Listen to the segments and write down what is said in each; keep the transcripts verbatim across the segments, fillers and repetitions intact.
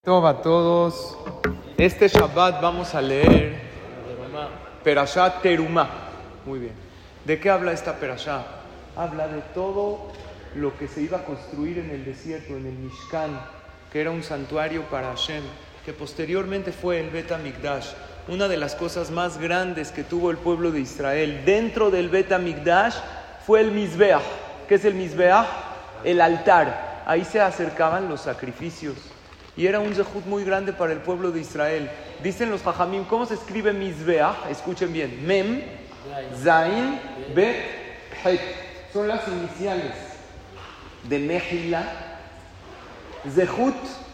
Todo a todos. Este Shabbat vamos a leer Perashat Terumá. Muy bien. ¿De qué habla esta Perashá? Habla de todo lo que se iba a construir en el desierto, en el Mishkan, que era un santuario para Hashem, que posteriormente fue el Bet HaMikdash. Una de las cosas más grandes que tuvo el pueblo de Israel dentro del Bet HaMikdash fue el Mizbeach. ¿Qué es el Mizbeach? El altar. Ahí se acercaban los sacrificios. Y era un zehut muy grande para el pueblo de Israel. Dicen los Jajamim, ¿cómo se escribe Mizbeach? Escuchen bien. Mem, Zain, Bet, Het. Son las iniciales de Mejila, Zehut,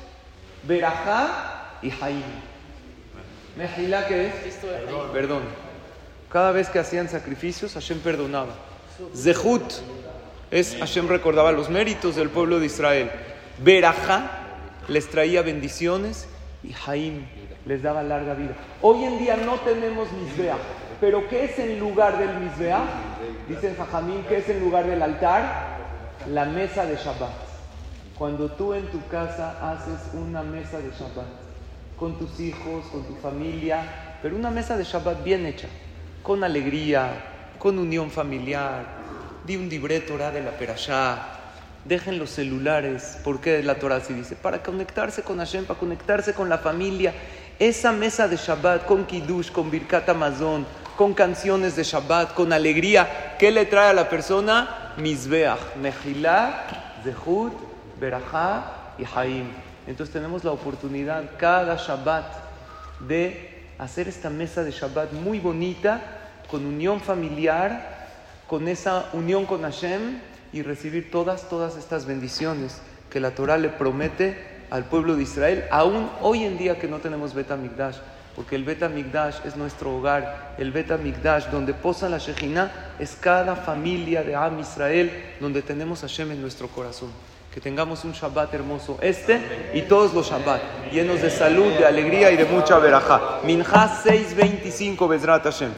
Berajá y Haim. Mejila, ¿qué es? Perdón. Perdón. Cada vez que hacían sacrificios, Hashem perdonaba. Zehut es Hashem recordaba los méritos del pueblo de Israel. Berajá les traía bendiciones y Haim les daba larga vida. Hoy en día no tenemos Mizbeach, pero ¿qué es en lugar del Mizbeach? Dicen Jajamín, ¿qué es en lugar del altar? La mesa de Shabbat. Cuando tú en tu casa haces una mesa de Shabbat con tus hijos, con tu familia, pero una mesa de Shabbat bien hecha, con alegría, con unión familiar. Di un divrei Torah de la Perashá. Dejen los celulares. ¿Por qué la Torah así dice? Para conectarse con Hashem, para conectarse con la familia. Esa mesa de Shabbat con Kiddush, con Birkat Hamazon, con canciones de Shabbat, con alegría. ¿Qué le trae a la persona? Mizbeach, Mejilá, Zehut, Berajá y Haim. Entonces tenemos la oportunidad cada Shabbat de hacer esta mesa de Shabbat muy bonita, con unión familiar, con esa unión con Hashem, y recibir todas, todas estas bendiciones que la Torah le promete al pueblo de Israel, aún hoy en día que no tenemos Bet HaMikdash, porque el Bet HaMikdash es nuestro hogar. El Bet HaMikdash, donde posa la Shejinah, es cada familia de Am Israel, donde tenemos a Hashem en nuestro corazón. Que tengamos un Shabbat hermoso, este y todos los Shabbat, llenos de salud, de alegría y de mucha verajá. Minjá seis veinticinco, Bezrat Hashem.